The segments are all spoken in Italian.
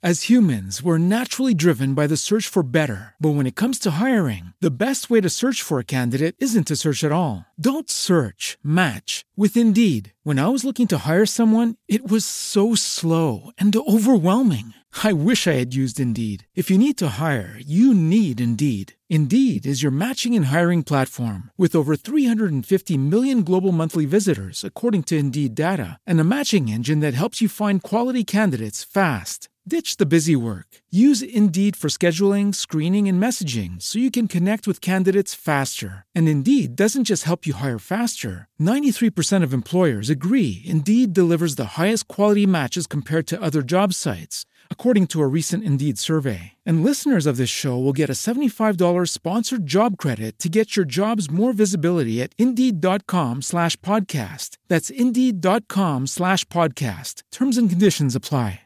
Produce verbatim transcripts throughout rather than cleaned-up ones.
As humans, we're naturally driven by the search for better. But when it comes to hiring, the best way to search for a candidate isn't to search at all. Don't search, match with Indeed. When I was looking to hire someone, it was so slow and overwhelming. I wish I had used Indeed. If you need to hire, you need Indeed. Indeed is your matching and hiring platform with over three hundred fifty million global monthly visitors, according to Indeed data, and a matching engine that helps you find quality candidates fast. Ditch the busy work. Use Indeed for scheduling, screening, and messaging so you can connect with candidates faster. And Indeed doesn't just help you hire faster. ninety-three percent of employers agree Indeed delivers the highest quality matches compared to other job sites, according to a recent Indeed survey. And listeners of this show will get a seventy-five dollars sponsored job credit to get your jobs more visibility at Indeed.com slash podcast. That's Indeed.com slash podcast. Terms and conditions apply.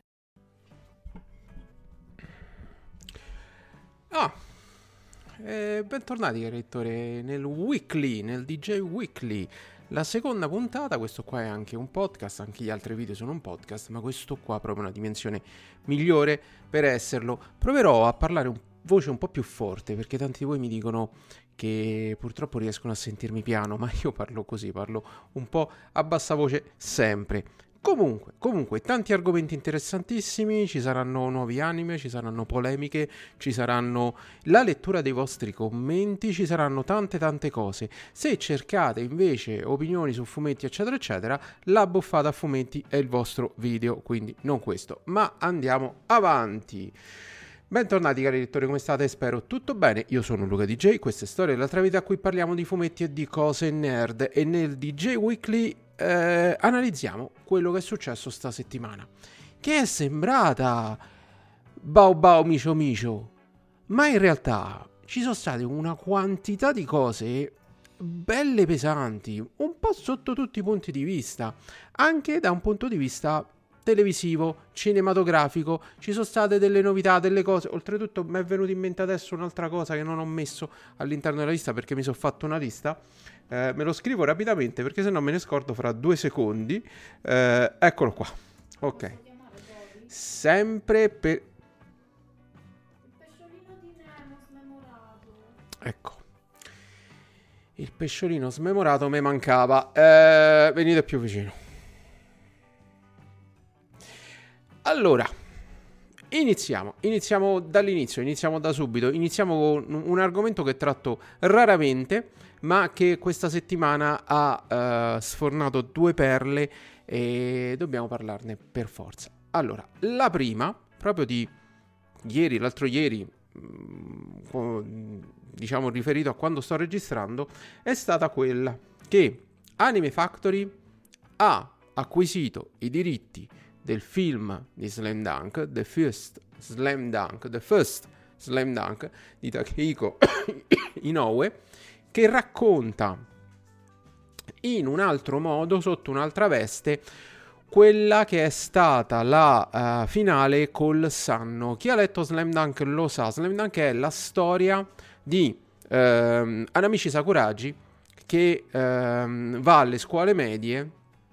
Ah, eh, bentornati cari lettori nel Weekly, nel D J Weekly, la seconda puntata. Questo qua è anche un podcast, anche gli altri video sono un podcast, ma questo qua ha proprio una dimensione migliore per esserlo. Proverò a parlare un voce un po' più forte, perché tanti di voi mi dicono che purtroppo riescono a sentirmi piano, ma io parlo così, parlo un po' a bassa voce sempre. Comunque, comunque, tanti argomenti interessantissimi, ci saranno nuovi anime, ci saranno polemiche, ci saranno la lettura dei vostri commenti, ci saranno tante tante cose. Se cercate invece opinioni su fumetti eccetera eccetera, la buffata a fumetti è il vostro video, quindi non questo, ma andiamo avanti. Bentornati cari lettori, come state? Spero tutto bene, io sono Luca D J, questa è Storia dell'altra vita, qui parliamo di fumetti e di cose nerd, e nel D J Weekly eh, analizziamo quello che è successo sta settimana, che è sembrata bau bau micio micio, ma in realtà ci sono state una quantità di cose belle pesanti, un po' sotto tutti i punti di vista, anche da un punto di vista televisivo, cinematografico. Ci sono state delle novità, delle cose. Oltretutto mi è venuta in mente adesso un'altra cosa che non ho messo all'interno della lista, perché mi sono fatto una lista, eh, me lo scrivo rapidamente perché sennò me ne scordo fra due secondi. eh, eccolo qua, ok, sempre per il pesciolino di Nemo smemorato. ecco, il pesciolino smemorato mi mancava. eh, venite più vicino. Allora, iniziamo, iniziamo dall'inizio, iniziamo da subito, iniziamo con un argomento che tratto raramente, ma che questa settimana ha uh, sfornato due perle e dobbiamo parlarne per forza. Allora, la prima, proprio di ieri, l'altro ieri, diciamo riferito a quando sto registrando, è stata quella che Anime Factory ha acquisito i diritti del film di Slam Dunk, The First Slam Dunk, The First Slam Dunk di Takehiko Inoue, che racconta in un altro modo, sotto un'altra veste, quella che è stata la uh, finale col Sanno. Chi ha letto Slam Dunk lo sa, Slam Dunk è la storia di uh, Hanamichi Sakuragi che uh, va alle scuole medie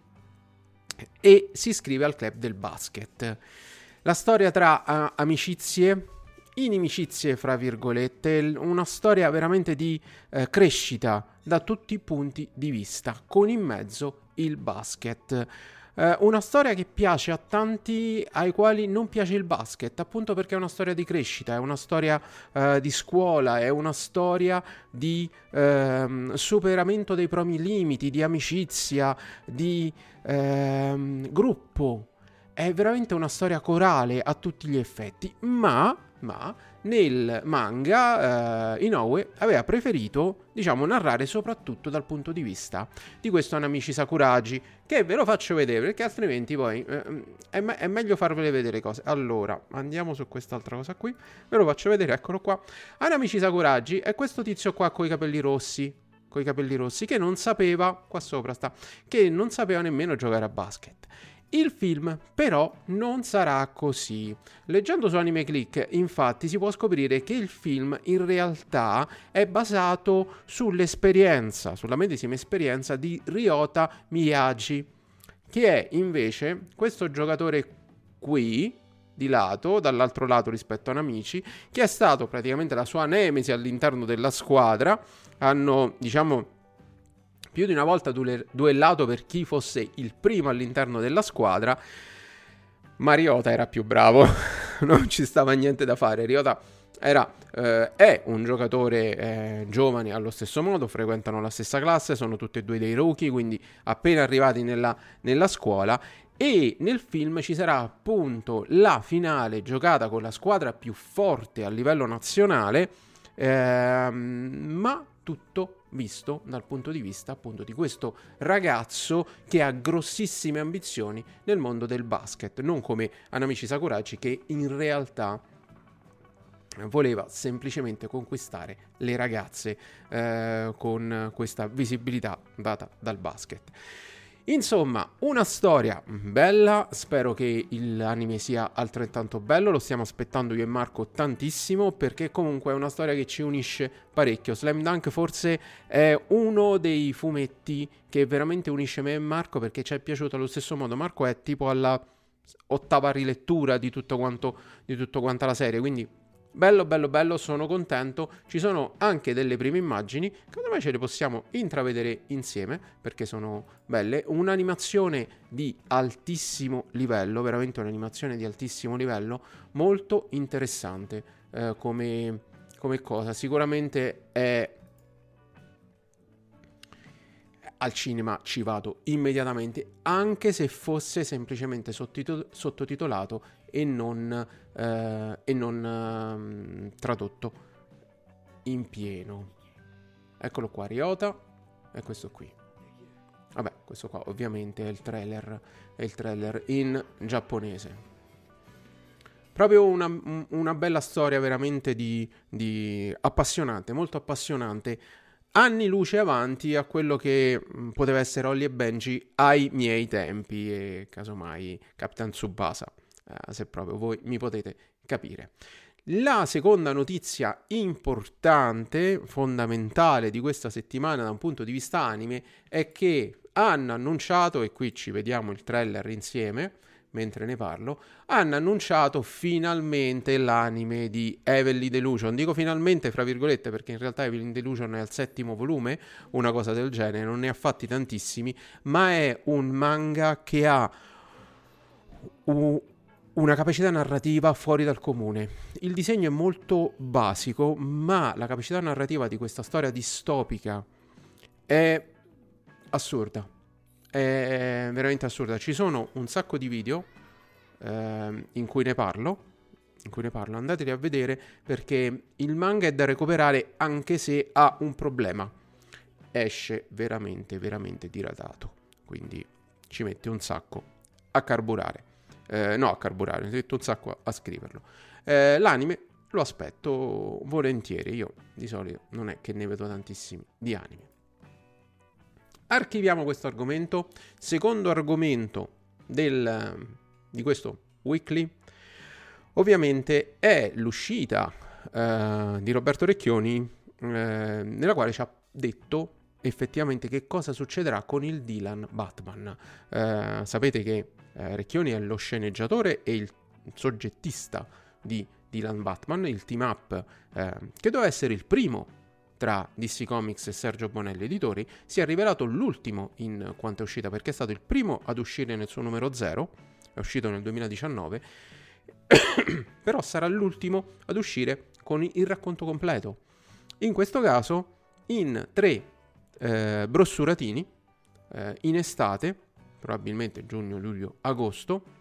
e si iscrive al club del basket. La storia tra uh, amicizie, inimicizie fra virgolette, una storia veramente di uh, crescita da tutti i punti di vista, con in mezzo il basket. Uh, una storia che piace a tanti ai quali non piace il basket, appunto perché è una storia di crescita, è una storia uh, di scuola, è una storia di uh, superamento dei propri limiti, di amicizia, di uh, gruppo. È veramente una storia corale a tutti gli effetti, ma, ma nel manga uh, Inoue aveva preferito, diciamo, narrare soprattutto dal punto di vista di questo Hanamichi Sakuragi, che ve lo faccio vedere perché altrimenti poi uh, è, me- è meglio farvele vedere cose. Allora, andiamo su quest'altra cosa qui, ve lo faccio vedere, eccolo qua. Hanamichi Sakuragi è questo tizio qua con i capelli rossi, con i capelli rossi, che non sapeva, qua sopra sta, che non sapeva nemmeno giocare a basket. Il film però non sarà così. Leggendo su Anime Click, infatti, si può scoprire che il film in realtà è basato sull'esperienza, sulla medesima esperienza di Ryota Miyagi, che è invece questo giocatore qui, di lato, dall'altro lato rispetto a Amici, che è stato praticamente la sua nemesi all'interno della squadra. Hanno, diciamo, più di una volta duellato per chi fosse il primo all'interno della squadra, ma Ryota era più bravo, non ci stava niente da fare. Ryota era, eh, è un giocatore eh, giovane allo stesso modo, frequentano la stessa classe, sono tutti e due dei rookie, quindi appena arrivati nella, nella scuola. E nel film ci sarà appunto la finale giocata con la squadra più forte a livello nazionale, ehm, ma tutto visto dal punto di vista appunto di questo ragazzo che ha grossissime ambizioni nel mondo del basket, non come Hanamichi Sakuragi, che in realtà voleva semplicemente conquistare le ragazze eh, con questa visibilità data dal basket. Insomma, una storia bella, spero che l'anime sia altrettanto bello, lo stiamo aspettando io e Marco tantissimo, perché comunque è una storia che ci unisce parecchio. Slam Dunk forse è uno dei fumetti che veramente unisce me e Marco, perché ci è piaciuto allo stesso modo. Marco è tipo alla ottava rilettura di tutto quanto, di tutto quanta la serie, quindi bello bello bello, sono contento. Ci sono anche delle prime immagini che ormai ce le possiamo intravedere insieme, perché sono belle. Un'animazione di altissimo livello, veramente un'animazione di altissimo livello, molto interessante eh, come, come cosa. Sicuramente è al cinema, ci vado immediatamente, anche se fosse semplicemente sottotitol- sottotitolato e non, eh, e non eh, tradotto in pieno. Eccolo qua, Ryota, e questo qui. Vabbè, questo qua ovviamente è il trailer, è il trailer in giapponese. Proprio una, una bella storia veramente di, di appassionante, molto appassionante. Anni luce avanti a quello che poteva essere Holly e Benji ai miei tempi, e casomai Captain Tsubasa, eh, se proprio voi mi potete capire. La seconda notizia importante, fondamentale di questa settimana da un punto di vista anime, è che hanno annunciato, e qui ci vediamo il trailer insieme mentre ne parlo, hanno annunciato finalmente l'anime di Heavenly Delusion. Dico finalmente fra virgolette, perché in realtà Heavenly Delusion è al settimo volume, una cosa del genere, non ne ha fatti tantissimi, ma è un manga che ha un, una capacità narrativa fuori dal comune. Il disegno è molto basico, ma la capacità narrativa di questa storia distopica è assurda. È veramente assurda. Ci sono un sacco di video eh, in cui ne parlo in cui ne parlo, andateli a vedere, perché il manga è da recuperare, anche se ha un problema: esce veramente veramente diradato, quindi ci mette un sacco a carburare, eh, no a carburare, ci mette un sacco a, a scriverlo. eh, l'anime lo aspetto volentieri, io di solito non è che ne vedo tantissimi di anime. Archiviamo questo argomento. Secondo argomento del, di questo weekly, ovviamente, è l'uscita eh, di Roberto Recchioni, eh, nella quale ci ha detto effettivamente che cosa succederà con il Dylan Batman. Eh, sapete che eh, Recchioni è lo sceneggiatore e il soggettista di Dylan Batman, il team up eh, che doveva essere il primo tra D C Comics e Sergio Bonelli Editori. Si è rivelato l'ultimo in quanto è uscita, perché è stato il primo ad uscire nel suo numero zero, è uscito nel duemiladiciannove, però sarà l'ultimo ad uscire con il racconto completo. In questo caso in tre eh, brossuratini eh, in estate, probabilmente giugno, luglio, agosto,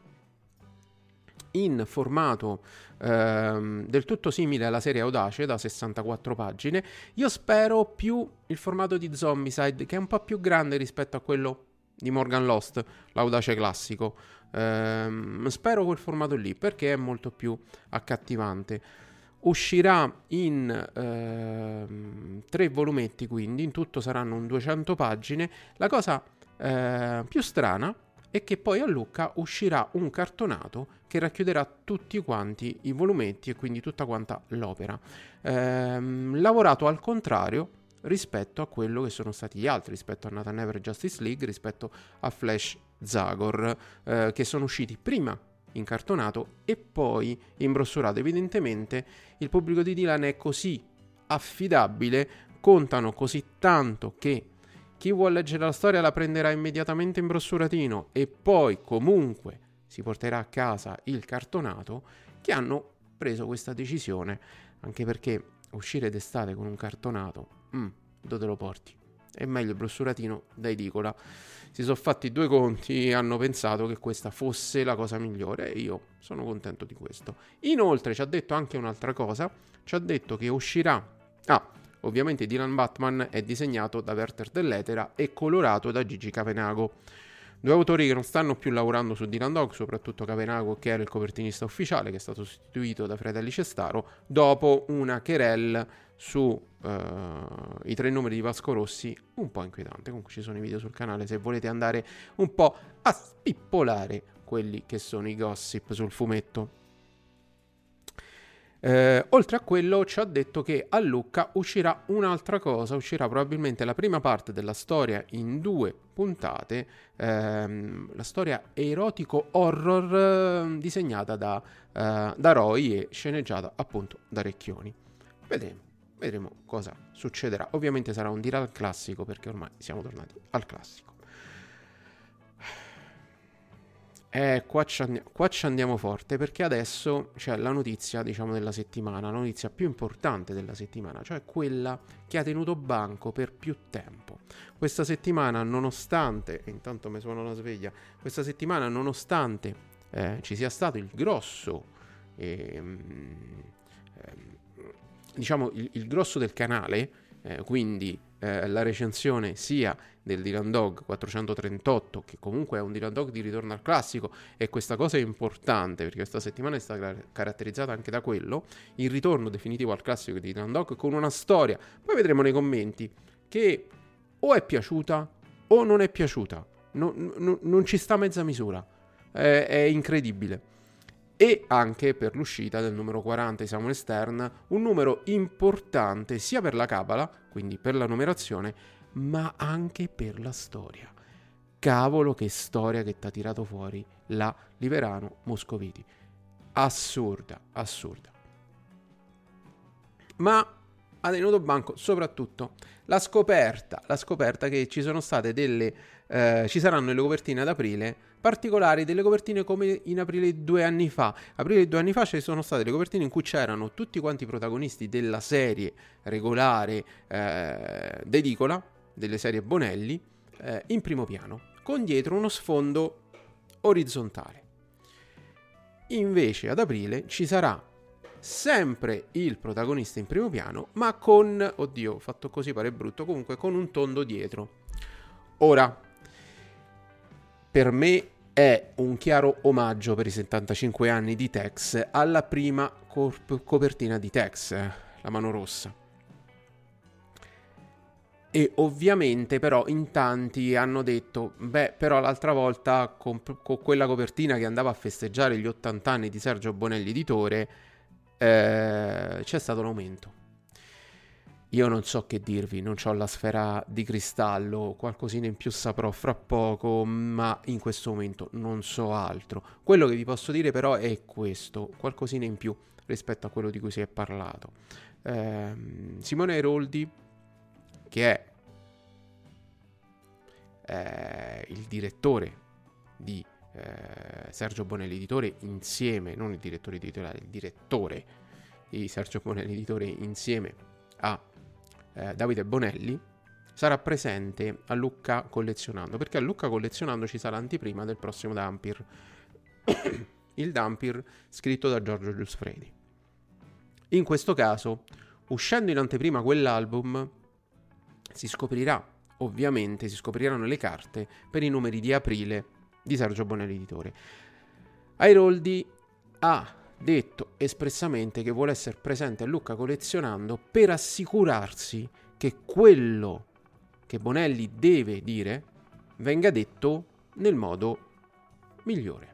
in formato ehm, del tutto simile alla serie Audace da sessantaquattro pagine. Io spero più il formato di Zombicide, che è un po' più grande rispetto a quello di Morgan Lost, l'Audace classico. Ehm, spero quel formato lì, perché è molto più accattivante. Uscirà in ehm, tre volumetti, quindi in tutto saranno un duecento pagine. La cosa eh, più strana è che poi a Lucca uscirà un cartonato che racchiuderà tutti quanti i volumetti e quindi tutta quanta l'opera, ehm, lavorato al contrario rispetto a quello che sono stati gli altri, rispetto a Nathan Never Justice League, rispetto a Flash Zagor, eh, che sono usciti prima incartonato e poi imbrossurato. Evidentemente il pubblico di Dylan è così affidabile, contano così tanto che chi vuole leggere la storia la prenderà immediatamente imbrossuratino e poi comunque si porterà a casa il cartonato, che hanno preso questa decisione, anche perché uscire d'estate con un cartonato, mm, dove te lo porti? È meglio il brossuratino da edicola. Si sono fatti due conti e hanno pensato che questa fosse la cosa migliore e io sono contento di questo. Inoltre ci ha detto anche un'altra cosa, ci ha detto che uscirà, ah, ovviamente Dylan Batman è disegnato da Werther Dell'Etera e colorato da Gigi Cavenago, due autori che non stanno più lavorando su Dylan Dog, soprattutto Cavenago, che era il copertinista ufficiale, che è stato sostituito da Fratelli Cestaro dopo una querel su uh, i tre numeri di Vasco Rossi un po' inquietante. Comunque ci sono i video sul canale se volete andare un po' a spippolare quelli che sono i gossip sul fumetto. Eh, oltre a quello ci ha detto che a Lucca uscirà un'altra cosa, uscirà probabilmente la prima parte della storia in due puntate, ehm, la storia erotico horror eh, disegnata da, eh, da Roy e sceneggiata appunto da Recchioni. Vedremo, vedremo cosa succederà. Ovviamente sarà un Dylan classico, perché ormai siamo tornati al classico. Eh, qua ci, andiamo, qua ci andiamo forte, perché adesso c'è la notizia, diciamo, della settimana, la notizia più importante della settimana, cioè quella che ha tenuto banco per più tempo. Questa settimana, nonostante, intanto mi suona la sveglia, questa settimana, nonostante eh, ci sia stato il grosso, ehm, ehm, diciamo, il, il grosso del canale, eh, quindi eh, la recensione sia del Dylan Dog quattrocentotrentotto, che comunque è un Dylan Dog di ritorno al classico, e questa cosa è importante perché questa settimana è stata caratterizzata anche da quello, il ritorno definitivo al classico di Dylan Dog con una storia, poi vedremo nei commenti, che o è piaciuta o non è piaciuta, no, no, non ci sta mezza misura, è, è incredibile. E anche per l'uscita del numero quaranta di Samuel Stern, un numero importante sia per la cabala, quindi per la numerazione, ma anche per la storia. Cavolo, che storia che t'ha tirato fuori la Liverano Moscoviti. Assurda, assurda. Ma ha tenuto banco soprattutto la scoperta, la scoperta che ci sono state delle, eh, ci saranno le copertine ad aprile particolari, delle copertine come in aprile due anni fa. Aprile due anni fa ci sono state le copertine in cui c'erano tutti quanti i protagonisti della serie regolare eh, d'edicola, delle serie Bonelli, eh, in primo piano, con dietro uno sfondo orizzontale. Invece ad aprile ci sarà sempre il protagonista in primo piano, ma con, oddio, fatto così pare brutto, comunque con un tondo dietro. Ora, per me è un chiaro omaggio per i settantacinque anni di Tex alla prima corp- copertina di Tex, la mano rossa. E ovviamente però in tanti hanno detto, beh, però l'altra volta con, con quella copertina che andava a festeggiare gli ottanta anni di Sergio Bonelli editore, eh, c'è stato un aumento. Io non so che dirvi, non ho la sfera di cristallo, qualcosina in più saprò fra poco, ma in questo momento non so altro. Quello che vi posso dire però è questo, qualcosina in più rispetto a quello di cui si è parlato. Eh, Simone Airoldi, che è eh, il direttore di eh, Sergio Bonelli editore, insieme, non il direttore editoriale, il direttore di Sergio Bonelli editore insieme a eh, Davide Bonelli, sarà presente a Lucca Collezionando, perché a Lucca Collezionando ci sarà l'anteprima del prossimo Dampir, il Dampir scritto da Giorgio Giusfredi. In questo caso, uscendo in anteprima quell'album, si scoprirà, ovviamente, si scopriranno le carte per i numeri di aprile di Sergio Bonelli editore. Airoldi ha detto espressamente che vuole essere presente a Lucca Collezionando per assicurarsi che quello che Bonelli deve dire venga detto nel modo migliore.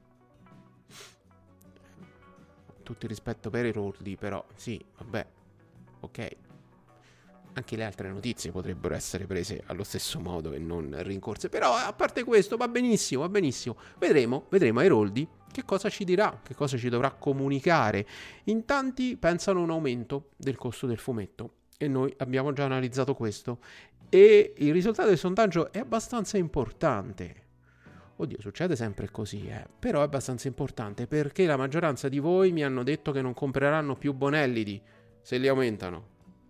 Tutto il rispetto per Airoldi, però sì, vabbè, ok. Anche le altre notizie potrebbero essere prese allo stesso modo e non rincorse. Però a parte questo va benissimo, va benissimo. Vedremo, vedremo Airoldi che che cosa ci dirà, che cosa ci dovrà comunicare. In tanti pensano un aumento del costo del fumetto e noi abbiamo già analizzato questo e il risultato del sondaggio è abbastanza importante. Oddio, succede sempre così, eh. Però è abbastanza importante perché la maggioranza di voi mi hanno detto che non compreranno più Bonellidi se li aumentano.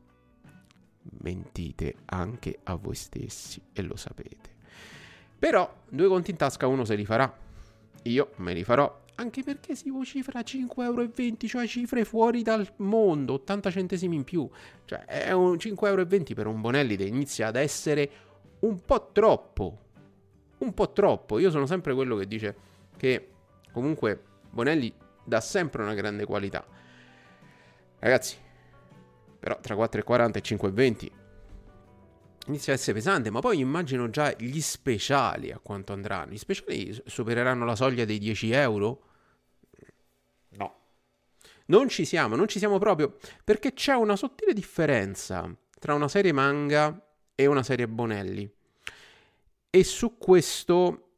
Mentite anche a voi stessi e lo sapete. Però due conti in tasca uno se li farà. Io me li farò, anche perché si vocifera cinque e venti euro, cioè cifre fuori dal mondo, ottanta centesimi in più. Cioè è un cinque e venti euro per un Bonellide, inizia ad essere un po' troppo. Un po' troppo. Io sono sempre quello che dice che comunque Bonelli dà sempre una grande qualità. Ragazzi, però tra quattro e quaranta e cinque e venti inizia a essere pesante, ma poi immagino già gli speciali a quanto andranno. Gli speciali supereranno la soglia dei dieci euro? No. Non ci siamo, non ci siamo proprio, perché c'è una sottile differenza tra una serie manga e una serie Bonelli. E su questo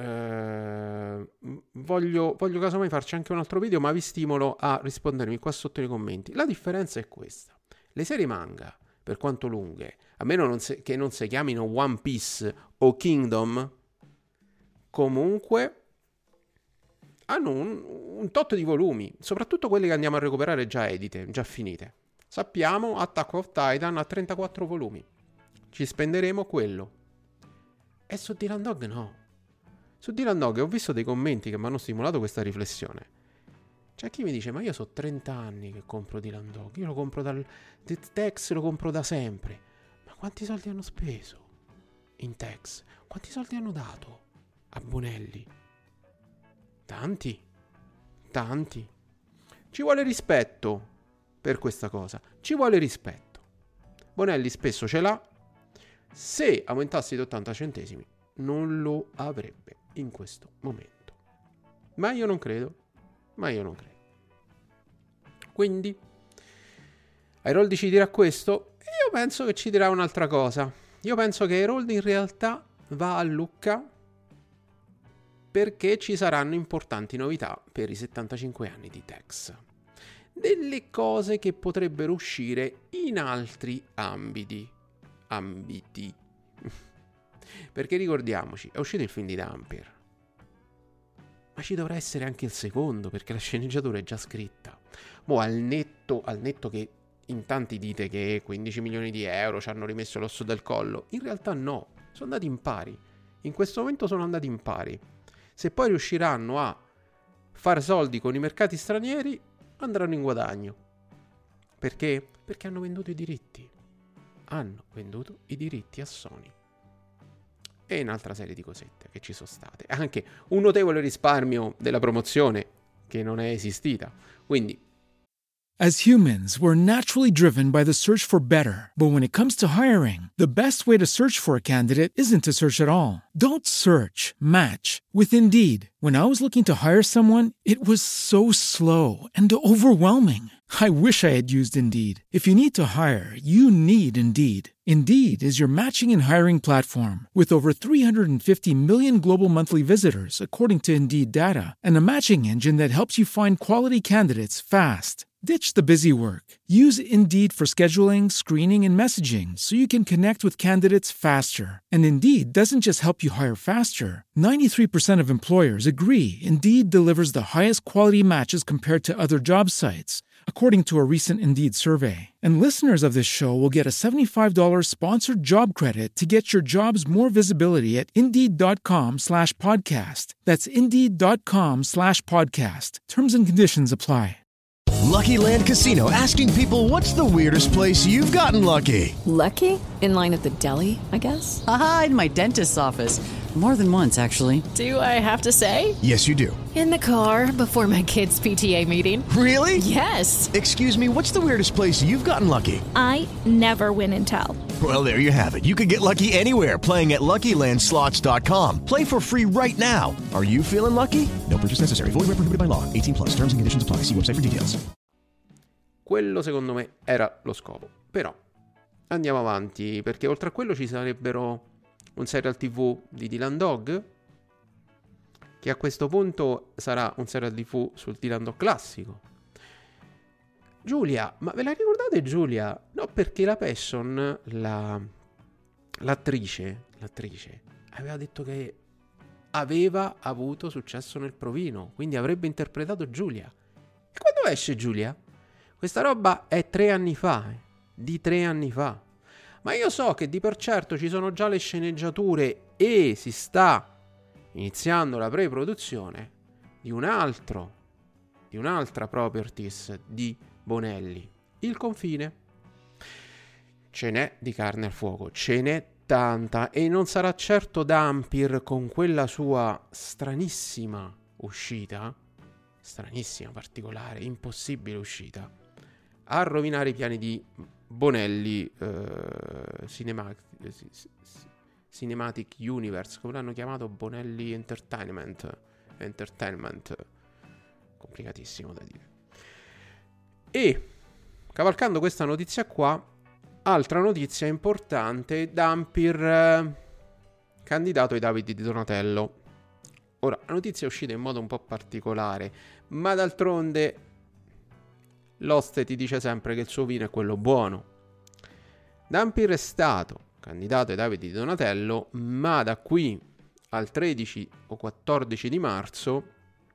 eh, voglio, voglio casomai farci anche un altro video, ma vi stimolo a rispondermi qua sotto nei commenti. La differenza è questa. Le serie manga, per quanto lunghe, a meno non se, che non si chiamino One Piece o Kingdom, comunque hanno un, un tot di volumi, soprattutto quelli che andiamo a recuperare già edite, già finite. Sappiamo, Attack of Titan ha trentaquattro volumi. Ci spenderemo quello. E su Dylan Dog no. Su Dylan Dog ho visto dei commenti che mi hanno stimolato questa riflessione. C'è chi mi dice, ma io so trenta anni che compro Dylan Dog, io lo compro dal Tex, lo compro da sempre. Ma quanti soldi hanno speso in Tex? Quanti soldi hanno dato a Bonelli? Tanti, tanti. Ci vuole rispetto per questa cosa, ci vuole rispetto. Bonelli spesso ce l'ha. Se aumentassi di ottanta centesimi non lo avrebbe in questo momento. Ma io non credo. Ma io non credo. Quindi Harold ci dirà questo e io penso che ci dirà un'altra cosa. Io penso che Harold in realtà va a Lucca perché ci saranno importanti novità per i settantacinque anni di Tex. Delle cose che potrebbero uscire in altri ambiti. ambiti. Perché ricordiamoci, è uscito il film di Dampier, ma ci dovrà essere anche il secondo perché la sceneggiatura è già scritta. Mo' al netto, al netto che in tanti dite che quindici milioni di euro ci hanno rimesso l'osso del collo, in realtà no, sono andati in pari. In questo momento sono andati in pari. Se poi riusciranno a fare soldi con i mercati stranieri, andranno in guadagno. Perché? Perché hanno venduto i diritti. Hanno venduto i diritti a Sony. E un'altra serie di cosette che ci sono state. Anche un notevole risparmio della promozione che non è esistita. Quindi As humans, we're naturally driven by the search for better. But when it comes to hiring, the best way to search for a candidate isn't to search at all. Don't search, match with Indeed. When I was looking to hire someone, it was so slow and overwhelming. I wish I had used Indeed. If you need to hire, you need Indeed. Indeed is your matching and hiring platform with over three hundred fifty million global monthly visitors, according to Indeed data, and a matching engine that helps you find quality candidates fast. Ditch the busy work. Use Indeed for scheduling, screening, and messaging so you can connect with candidates faster. And Indeed doesn't just help you hire faster. ninety-three percent of employers agree Indeed delivers the highest quality matches compared to other job sites, according to a recent Indeed survey. And listeners of this show will get a seventy-five dollars sponsored job credit to get your jobs more visibility at Indeed.com slash podcast. That's Indeed.com slash podcast. Terms and conditions apply. Lucky Land Casino, asking people, what's the weirdest place you've gotten lucky? Lucky? In line at the deli, I guess? Aha, in my dentist's office. More than once, actually. Do I have to say? Yes, you do. In the car before my kids' P T A meeting. Really? Yes. Excuse me, what's the weirdest place you've gotten lucky? I never win and tell. Well, there you have it. You can get lucky anywhere, playing at Lucky Land Slots dot com. Play for free right now. Are you feeling lucky? No purchase necessary. Void where prohibited by law. eighteen plus. Terms and conditions apply. See website for details. quello secondo me era lo scopo. Però andiamo avanti, perché oltre a quello ci sarebbero un serial tivù di Dylan Dog che a questo punto sarà un serial tivù sul Dylan Dog classico. Giulia, ma ve la ricordate Giulia? No, perché la Passion, la, l'attrice, l'attrice, aveva detto che aveva avuto successo nel provino, quindi avrebbe interpretato Giulia. E quando esce Giulia? Questa roba è tre anni fa, eh, di tre anni fa. Ma io so che di per certo ci sono già le sceneggiature e si sta iniziando la pre-produzione di un altro, di un'altra properties di Bonelli, Il confine. Ce n'è di carne al fuoco, ce n'è tanta, e non sarà certo Dampir con quella sua stranissima uscita, stranissima, particolare, impossibile uscita, a rovinare i piani di Bonelli eh, Cinema, eh, Cinematic Universe, come l'hanno chiamato, Bonelli Entertainment, Entertainment, complicatissimo da dire. E cavalcando questa notizia qua, altra notizia importante, Dampir eh, candidato ai Davide di Donatello. Ora, la notizia è uscita in modo un po' particolare, ma d'altronde l'oste ti dice sempre che il suo vino è quello buono. Dampir è stato candidato ai Davide di Donatello, ma da qui al tredici o quattordici di marzo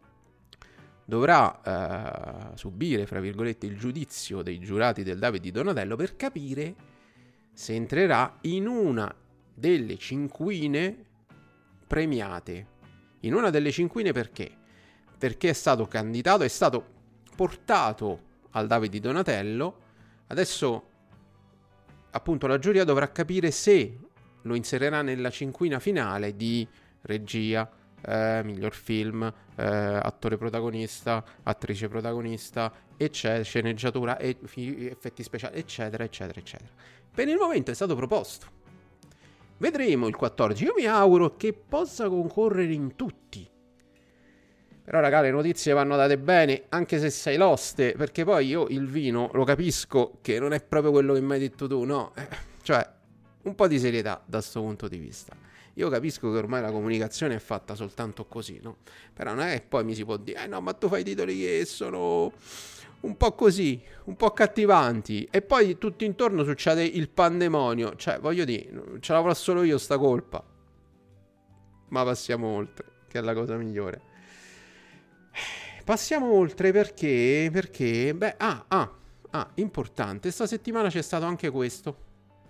dovrà eh, subire, fra virgolette, il giudizio dei giurati del Davide di Donatello per capire se entrerà in una delle cinquine premiate. In una delle cinquine perché? Perché è stato candidato, è stato portato al Davide di Donatello. Adesso appunto la giuria dovrà capire se lo inserirà nella cinquina finale di regia, eh, miglior film, eh, attore protagonista, attrice protagonista, eccetera, sceneggiatura, e effetti speciali, eccetera, eccetera, eccetera. Per il momento è stato proposto. Vedremo il quattordici. Io mi auguro che possa concorrere in tutti. Però raga, le notizie vanno date bene, anche se sei l'oste, perché poi io il vino lo capisco che non è proprio quello che mi hai detto tu, no? Eh, cioè, un po' di serietà da questo punto di vista. Io capisco che ormai la comunicazione è fatta soltanto così, no? Però non è che poi mi si può dire, eh no, ma tu fai titoli che sono un po' così, un po' accattivanti, e poi tutto intorno succede il pandemonio. Cioè, voglio dire, ce l'avrò solo io sta colpa. Ma passiamo oltre, che è la cosa migliore. Passiamo oltre perché, perché, beh, ah, ah, ah, importante, sta settimana c'è stato anche questo.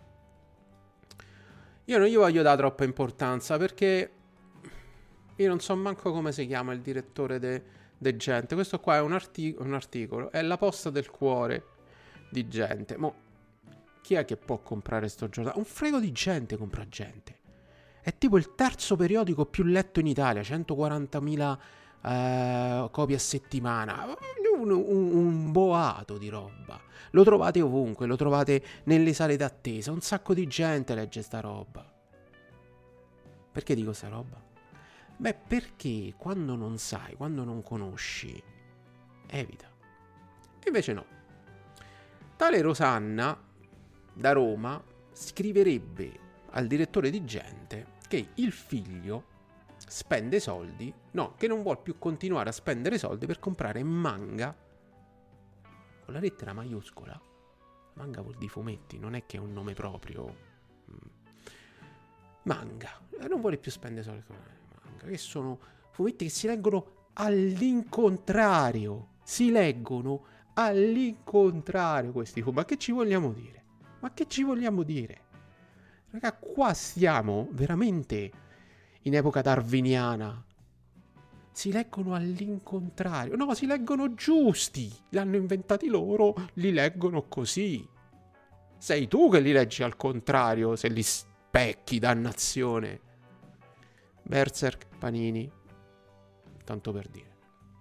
Io non gli voglio dare troppa importanza perché io non so manco come si chiama il direttore de, de Gente. Questo qua è un, artic- un articolo, è la posta del cuore di Gente. Mo, chi è che può comprare sto giornale? Un frego di gente compra Gente. È tipo il terzo periodico più letto in Italia, centoquarantamila Uh, copie a settimana, un, un, un boato di roba. Lo trovate ovunque, lo trovate nelle sale d'attesa. Un sacco di gente legge sta roba. Perché dico sta roba? Beh, perché quando non sai, quando non conosci, evita. Invece no. Tale Rosanna da Roma scriverebbe al direttore di Gente che il figlio spende soldi, no, che non vuol più continuare a spendere soldi per comprare manga con la lettera maiuscola. Manga vuol dire fumetti, non è che è un nome proprio. Manga, non vuole più spendere soldi con manga, che sono fumetti che si leggono all'incontrario, si leggono all'incontrario questi fumetti. Ma che ci vogliamo dire? Ma che ci vogliamo dire? Raga, qua stiamo veramente in epoca darwiniana. Si leggono all'incontrario. No, si leggono giusti. Li hanno inventati loro, li leggono così. Sei tu che li leggi al contrario, se li specchi, dannazione. Berserk, Panini, tanto per dire.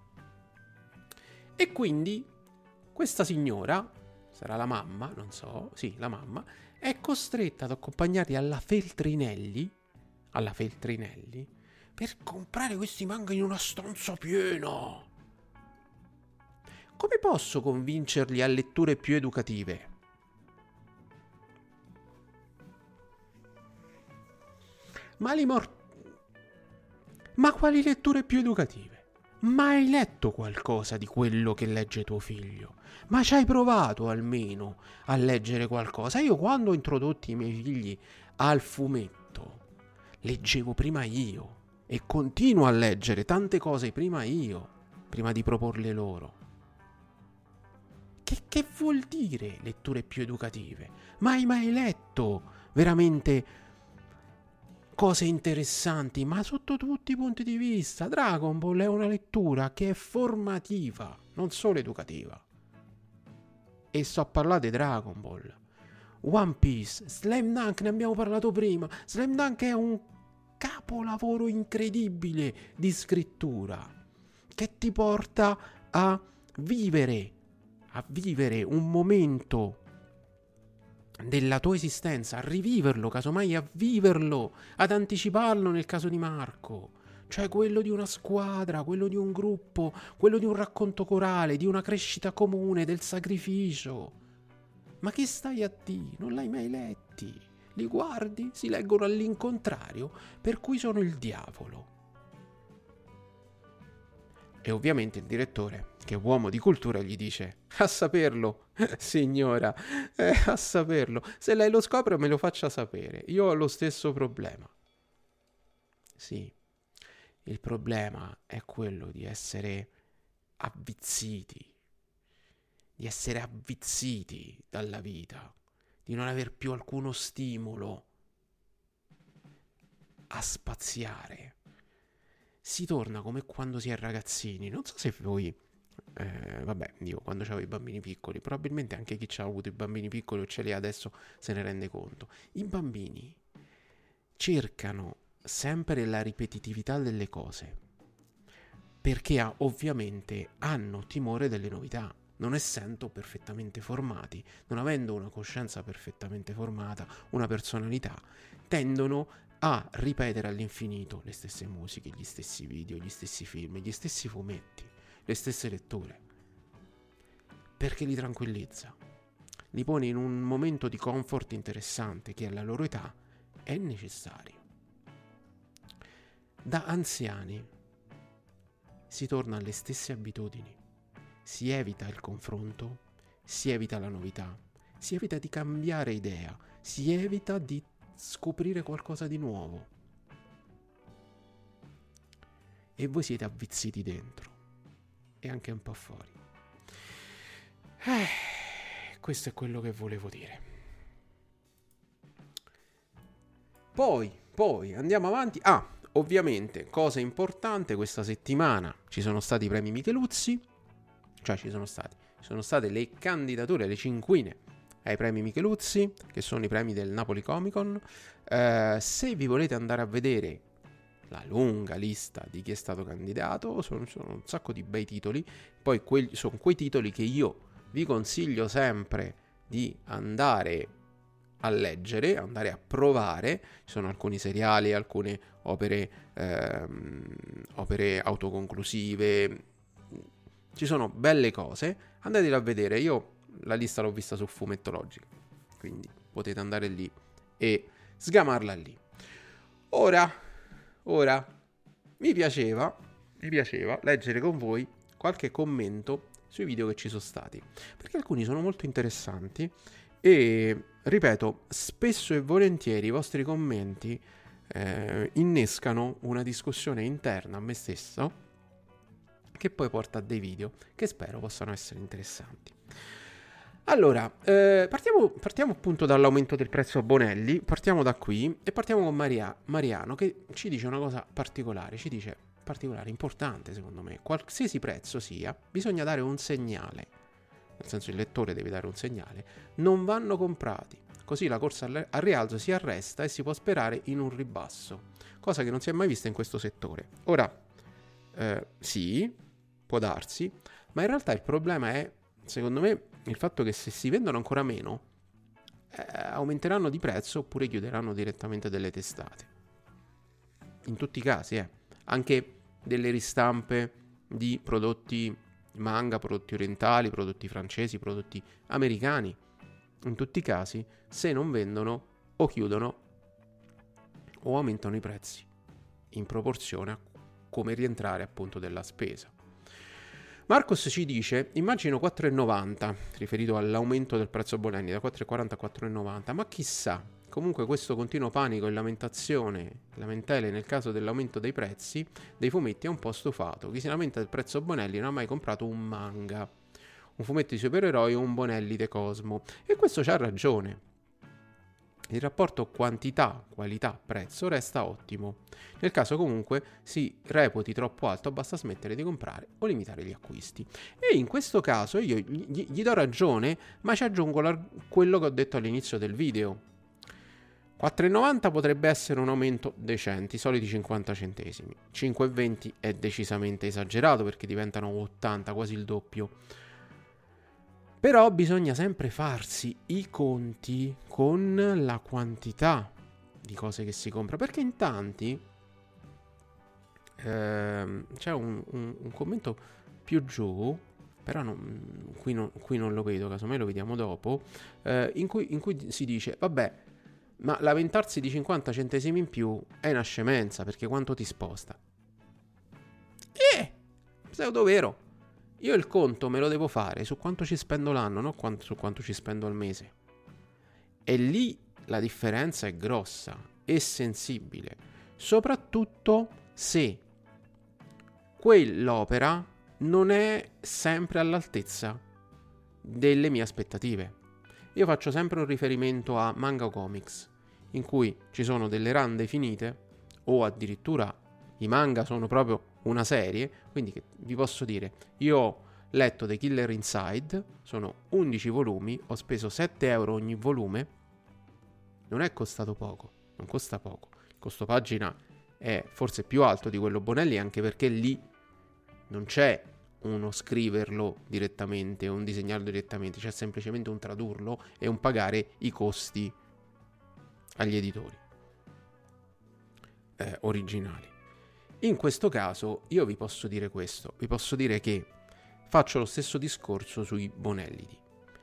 E quindi questa signora, sarà la mamma, non so, sì, la mamma, è costretta ad accompagnarli alla Feltrinelli alla Feltrinelli per comprare questi manga in una stanza piena. Come posso convincerli a letture più educative? Ma li, mor- Ma quali letture più educative? Ma hai letto qualcosa di quello che legge tuo figlio? Ma ci hai provato almeno a leggere qualcosa? Io quando ho introdotto i miei figli al fumetto, leggevo prima io e continuo a leggere tante cose prima io, prima di proporle loro. Che, che vuol dire letture più educative? Ma hai mai letto veramente cose interessanti, ma sotto tutti i punti di vista? Dragon Ball è una lettura che è formativa, non solo educativa. E sto a parlare di Dragon Ball. One Piece, Slam Dunk, ne abbiamo parlato prima. Slam Dunk è un capolavoro incredibile di scrittura che ti porta a vivere, a vivere un momento della tua esistenza, a riviverlo, casomai a viverlo, ad anticiparlo nel caso di Marco, cioè quello di una squadra, quello di un gruppo, quello di un racconto corale, di una crescita comune, del sacrificio. Ma che stai a dire? Non l'hai mai letti? Li guardi? Si leggono all'incontrario, per cui sono il diavolo. E ovviamente il direttore, che è uomo di cultura, gli dice: a saperlo, signora, eh, a saperlo. Se lei lo scopre me lo faccia sapere. Io ho lo stesso problema. Sì, il problema è quello di essere avvizziti, di essere avvizziti dalla vita, di non aver più alcuno stimolo a spaziare. Si torna come quando si è ragazzini. Non so se voi, eh, vabbè, io quando avevo i bambini piccoli, probabilmente anche chi ha avuto i bambini piccoli o ce li ha adesso se ne rende conto. I bambini cercano sempre la ripetitività delle cose perché ha, ovviamente hanno timore delle novità, non essendo perfettamente formati, non avendo una coscienza perfettamente formata, una personalità, tendono a ripetere all'infinito le stesse musiche, gli stessi video, gli stessi film, gli stessi fumetti, le stesse letture, perché li tranquillizza, li pone in un momento di comfort interessante che alla loro età è necessario. Da anziani si torna alle stesse abitudini, si evita il confronto, si evita la novità, si evita di cambiare idea, si evita di scoprire qualcosa di nuovo. E voi siete avvizziti dentro e anche un po' fuori. Eh, questo è quello che volevo dire. Poi, poi andiamo avanti. Ah, ovviamente, cosa importante, questa settimana ci sono stati i premi Micheluzzi, cioè ci sono stati, ci sono state le candidature, le cinquine ai premi Micheluzzi, che sono i premi del Napoli Comic Con. Eh, se vi volete andare a vedere la lunga lista di chi è stato candidato, sono, sono un sacco di bei titoli. Poi quelli, sono quei titoli che io vi consiglio sempre di andare a leggere, andare a provare. Ci sono alcuni seriali, alcune opere, ehm, opere autoconclusive, ci sono belle cose, andateli a vedere. Io la lista l'ho vista su Fumettologica, quindi potete andare lì e sgamarla lì. Ora, ora mi piaceva, mi piaceva leggere con voi qualche commento sui video che ci sono stati, perché alcuni sono molto interessanti e, ripeto, spesso e volentieri i vostri commenti eh, innescano una discussione interna a me stesso che poi porta a dei video che spero possano essere interessanti. Allora, eh, partiamo, partiamo appunto dall'aumento del prezzo a Bonelli, partiamo da qui e partiamo con Maria, Mariano, che ci dice una cosa particolare, ci dice, particolare, importante secondo me: qualsiasi prezzo sia, bisogna dare un segnale, nel senso il lettore deve dare un segnale, non vanno comprati, così la corsa al, al rialzo si arresta e si può sperare in un ribasso, cosa che non si è mai vista in questo settore. Ora, eh, sì, può darsi, ma in realtà il problema è, secondo me, il fatto che se si vendono ancora meno, eh, aumenteranno di prezzo oppure chiuderanno direttamente delle testate. In tutti i casi, eh. Anche delle ristampe di prodotti manga, prodotti orientali, prodotti francesi, prodotti americani. In tutti i casi, se non vendono o chiudono o aumentano i prezzi in proporzione come rientrare appunto della spesa. Marcos ci dice: immagino quattro e novanta, riferito all'aumento del prezzo Bonelli da quattro e quaranta a quattro e novanta, ma chissà, comunque questo continuo panico e lamentazione, lamentele nel caso dell'aumento dei prezzi dei fumetti è un po' stufato. Chi si lamenta del prezzo Bonelli non ha mai comprato un manga, un fumetto di supereroi o un Bonelli de Cosmo, e questo c'ha ragione. Il rapporto quantità-qualità-prezzo resta ottimo. Nel caso comunque si reputi troppo alto, basta smettere di comprare o limitare gli acquisti. E in questo caso io gli, gli do ragione, ma ci aggiungo la, quello che ho detto all'inizio del video. quattro e novanta potrebbe essere un aumento decente, i soliti cinquanta centesimi. cinque e venti è decisamente esagerato perché diventano ottanta, quasi il doppio. Però bisogna sempre farsi i conti con la quantità di cose che si compra, perché in tanti ehm, c'è un, un, un commento più giù, però non, qui, non, qui non lo vedo, casomai lo vediamo dopo, eh, in, cui, in cui si dice: vabbè, ma lamentarsi di cinquanta centesimi in più è una scemenza, perché quanto ti sposta? Eh, pseudo vero. Io il conto me lo devo fare su quanto ci spendo l'anno, non quanto, su quanto ci spendo al mese. E lì la differenza è grossa e sensibile, soprattutto se quell'opera non è sempre all'altezza delle mie aspettative. Io faccio sempre un riferimento a manga o comics, in cui ci sono delle run definite, o addirittura i manga sono proprio una serie, quindi che vi posso dire, io ho letto The Killer Inside, sono undici volumi, ho speso sette euro ogni volume, non è costato poco, non costa poco, il costo pagina è forse più alto di quello Bonelli, anche perché lì non c'è uno scriverlo direttamente o un disegnarlo direttamente, c'è semplicemente un tradurlo e un pagare i costi agli editori eh, originali. In questo caso io vi posso dire questo, vi posso dire che faccio lo stesso discorso sui Bonelli.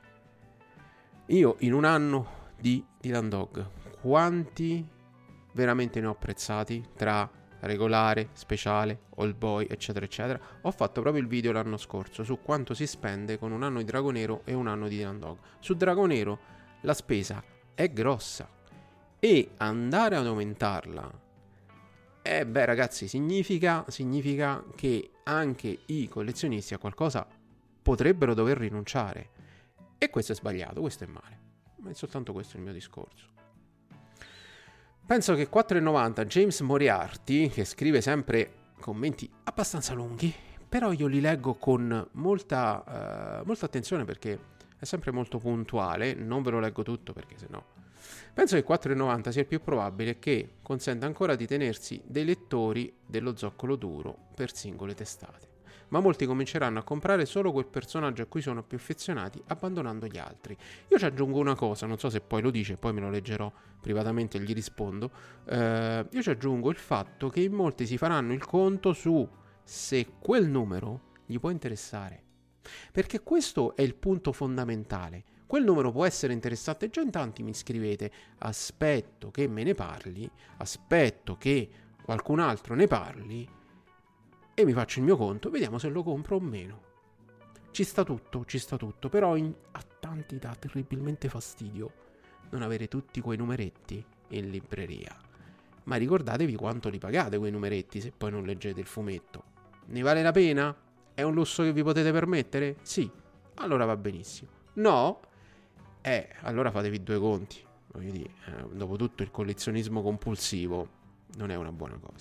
Io in un anno di Dylan Dog quanti veramente ne ho apprezzati tra regolare, speciale, Old Boy, eccetera eccetera. Ho fatto proprio il video l'anno scorso su quanto si spende con un anno di Dragonero e un anno di Dylan Dog. Su Dragonero la spesa è grossa e andare ad aumentarla, eh beh ragazzi, significa, significa che anche i collezionisti a qualcosa potrebbero dover rinunciare, e questo è sbagliato, questo è male, ma è soltanto questo il mio discorso. Penso che quattro e novanta James Moriarty, che scrive sempre commenti abbastanza lunghi, però io li leggo con molta, uh, molta attenzione perché è sempre molto puntuale, non ve lo leggo tutto perché sennò. Penso che quattro e novanta sia il più probabile che consenta ancora di tenersi dei lettori dello zoccolo duro per singole testate, ma molti cominceranno a comprare solo quel personaggio a cui sono più affezionati, abbandonando gli altri. Io ci aggiungo una cosa, non so se poi lo dice, poi me lo leggerò privatamente e gli rispondo. Eh, io ci aggiungo il fatto che in molti si faranno il conto su se quel numero gli può interessare, perché questo è il punto fondamentale. Quel numero può essere interessante e già in tanti mi scrivete: aspetto che me ne parli, aspetto che qualcun altro ne parli e mi faccio il mio conto, vediamo se lo compro o meno. Ci sta tutto, ci sta tutto, però in, a tanti dà terribilmente fastidio non avere tutti quei numeretti in libreria. Ma ricordatevi quanto li pagate quei numeretti se poi non leggete il fumetto. Ne vale la pena? È un lusso che vi potete permettere? Sì, allora va benissimo. No? Eh, allora fatevi due conti. Voglio dire, eh, dopo tutto il collezionismo compulsivo non è una buona cosa.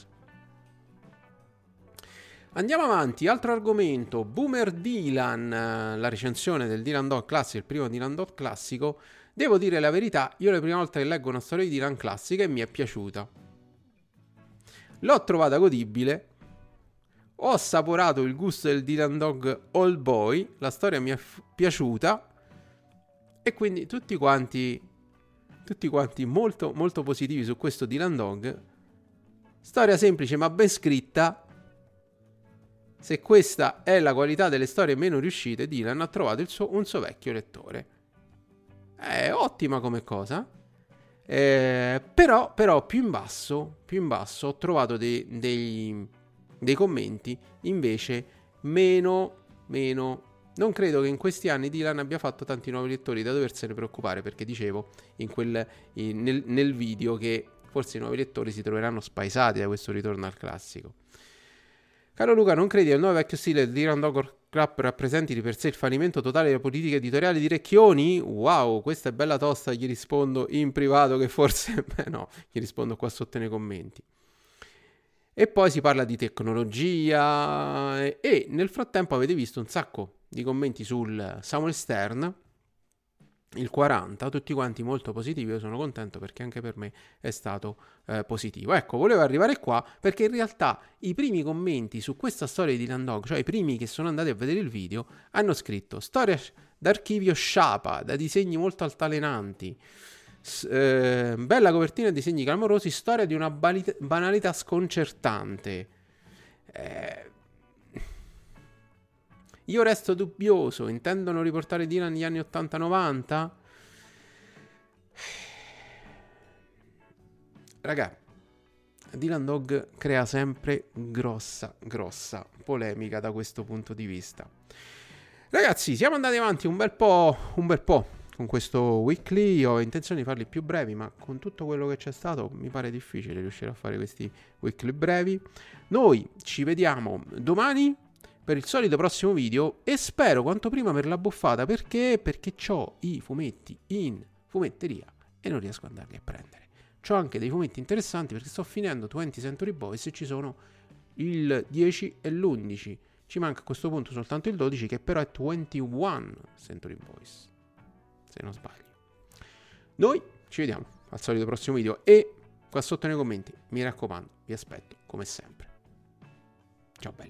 Andiamo avanti, altro argomento, Boomer Dylan, la recensione del Dylan Dog classico, il primo Dylan Dog classico. Devo dire la verità, io la prima volta che leggo una storia di Dylan classica e mi è piaciuta. L'ho trovata godibile, ho assaporato il gusto del Dylan Dog Old Boy, la storia mi è f- piaciuta e quindi tutti quanti, tutti quanti molto, molto positivi su questo Dylan Dog. Storia semplice ma ben scritta. Se questa è la qualità delle storie meno riuscite, Dylan ha trovato il suo, un suo vecchio lettore. È ottima come cosa. Eh, però, però più in basso, più in basso ho trovato dei, dei, dei commenti invece meno, meno. Non credo che in questi anni Dylan abbia fatto tanti nuovi lettori da doversene preoccupare, perché dicevo in quel, in, nel, nel video che forse i nuovi lettori si troveranno spaesati da questo ritorno al classico. Caro Luca, non credi che il nuovo vecchio stile di Dylan Dog Club rappresenti di per sé il fallimento totale delle politiche editoriali di Recchioni? Wow, questa è bella tosta, gli rispondo in privato che forse... Beh no, gli rispondo qua sotto nei commenti. E poi si parla di tecnologia e, e nel frattempo avete visto un sacco di commenti sul Samuel Stern, il quaranta, tutti quanti molto positivi. Io sono contento perché anche per me è stato eh, positivo. Ecco, volevo arrivare qua perché in realtà i primi commenti su questa storia di Dylan Dog, cioè i primi che sono andati a vedere il video, hanno scritto storia d'archivio sciapa, da disegni molto altalenanti, S- eh, bella copertina e disegni clamorosi, storia di una banalità, banalità sconcertante. Eh... Io resto dubbioso, intendono riportare Dylan negli anni ottanta novanta? Raga, Dylan Dog crea sempre grossa, grossa polemica da questo punto di vista. Ragazzi, siamo andati avanti un bel po', un bel po' con questo weekly. Ho intenzione di farli più brevi, ma con tutto quello che c'è stato mi pare difficile riuscire a fare questi weekly brevi. Noi ci vediamo domani per il solito prossimo video e spero quanto prima averla buffata. Perché? Perché c'ho i fumetti in fumetteria e non riesco ad andarli a prendere. C'ho anche dei fumetti interessanti perché sto finendo venti Century Boys e ci sono il dieci e l'undici. Ci manca a questo punto soltanto il dodici, che però è ventuno Century Boys, se non sbaglio. Noi ci vediamo al solito prossimo video e qua sotto nei commenti, mi raccomando, vi aspetto come sempre. Ciao belli.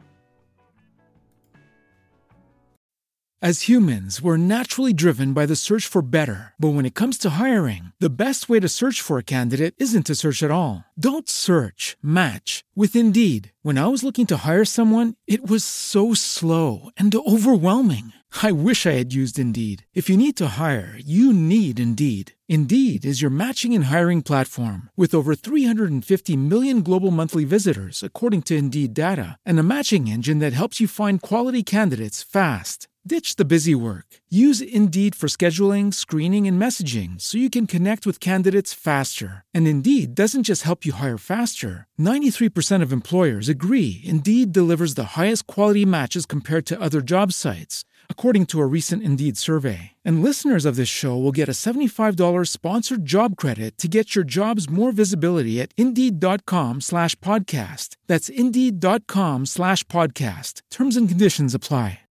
As humans, we're naturally driven by the search for better. But when it comes to hiring, the best way to search for a candidate isn't to search at all. Don't search, match with Indeed. When I was looking to hire someone, it was so slow and overwhelming. I wish I had used Indeed. If you need to hire, you need Indeed. Indeed is your matching and hiring platform with over three hundred fifty million global monthly visitors, according to Indeed data, and a matching engine that helps you find quality candidates fast. Ditch the busy work. Use Indeed for scheduling, screening, and messaging so you can connect with candidates faster. And Indeed doesn't just help you hire faster. ninety-three percent of employers agree Indeed delivers the highest quality matches compared to other job sites, according to a recent Indeed survey. And listeners of this show will get a seventy-five dollars sponsored job credit to get your jobs more visibility at Indeed.com slash podcast. That's Indeed.com slash podcast. Terms and conditions apply.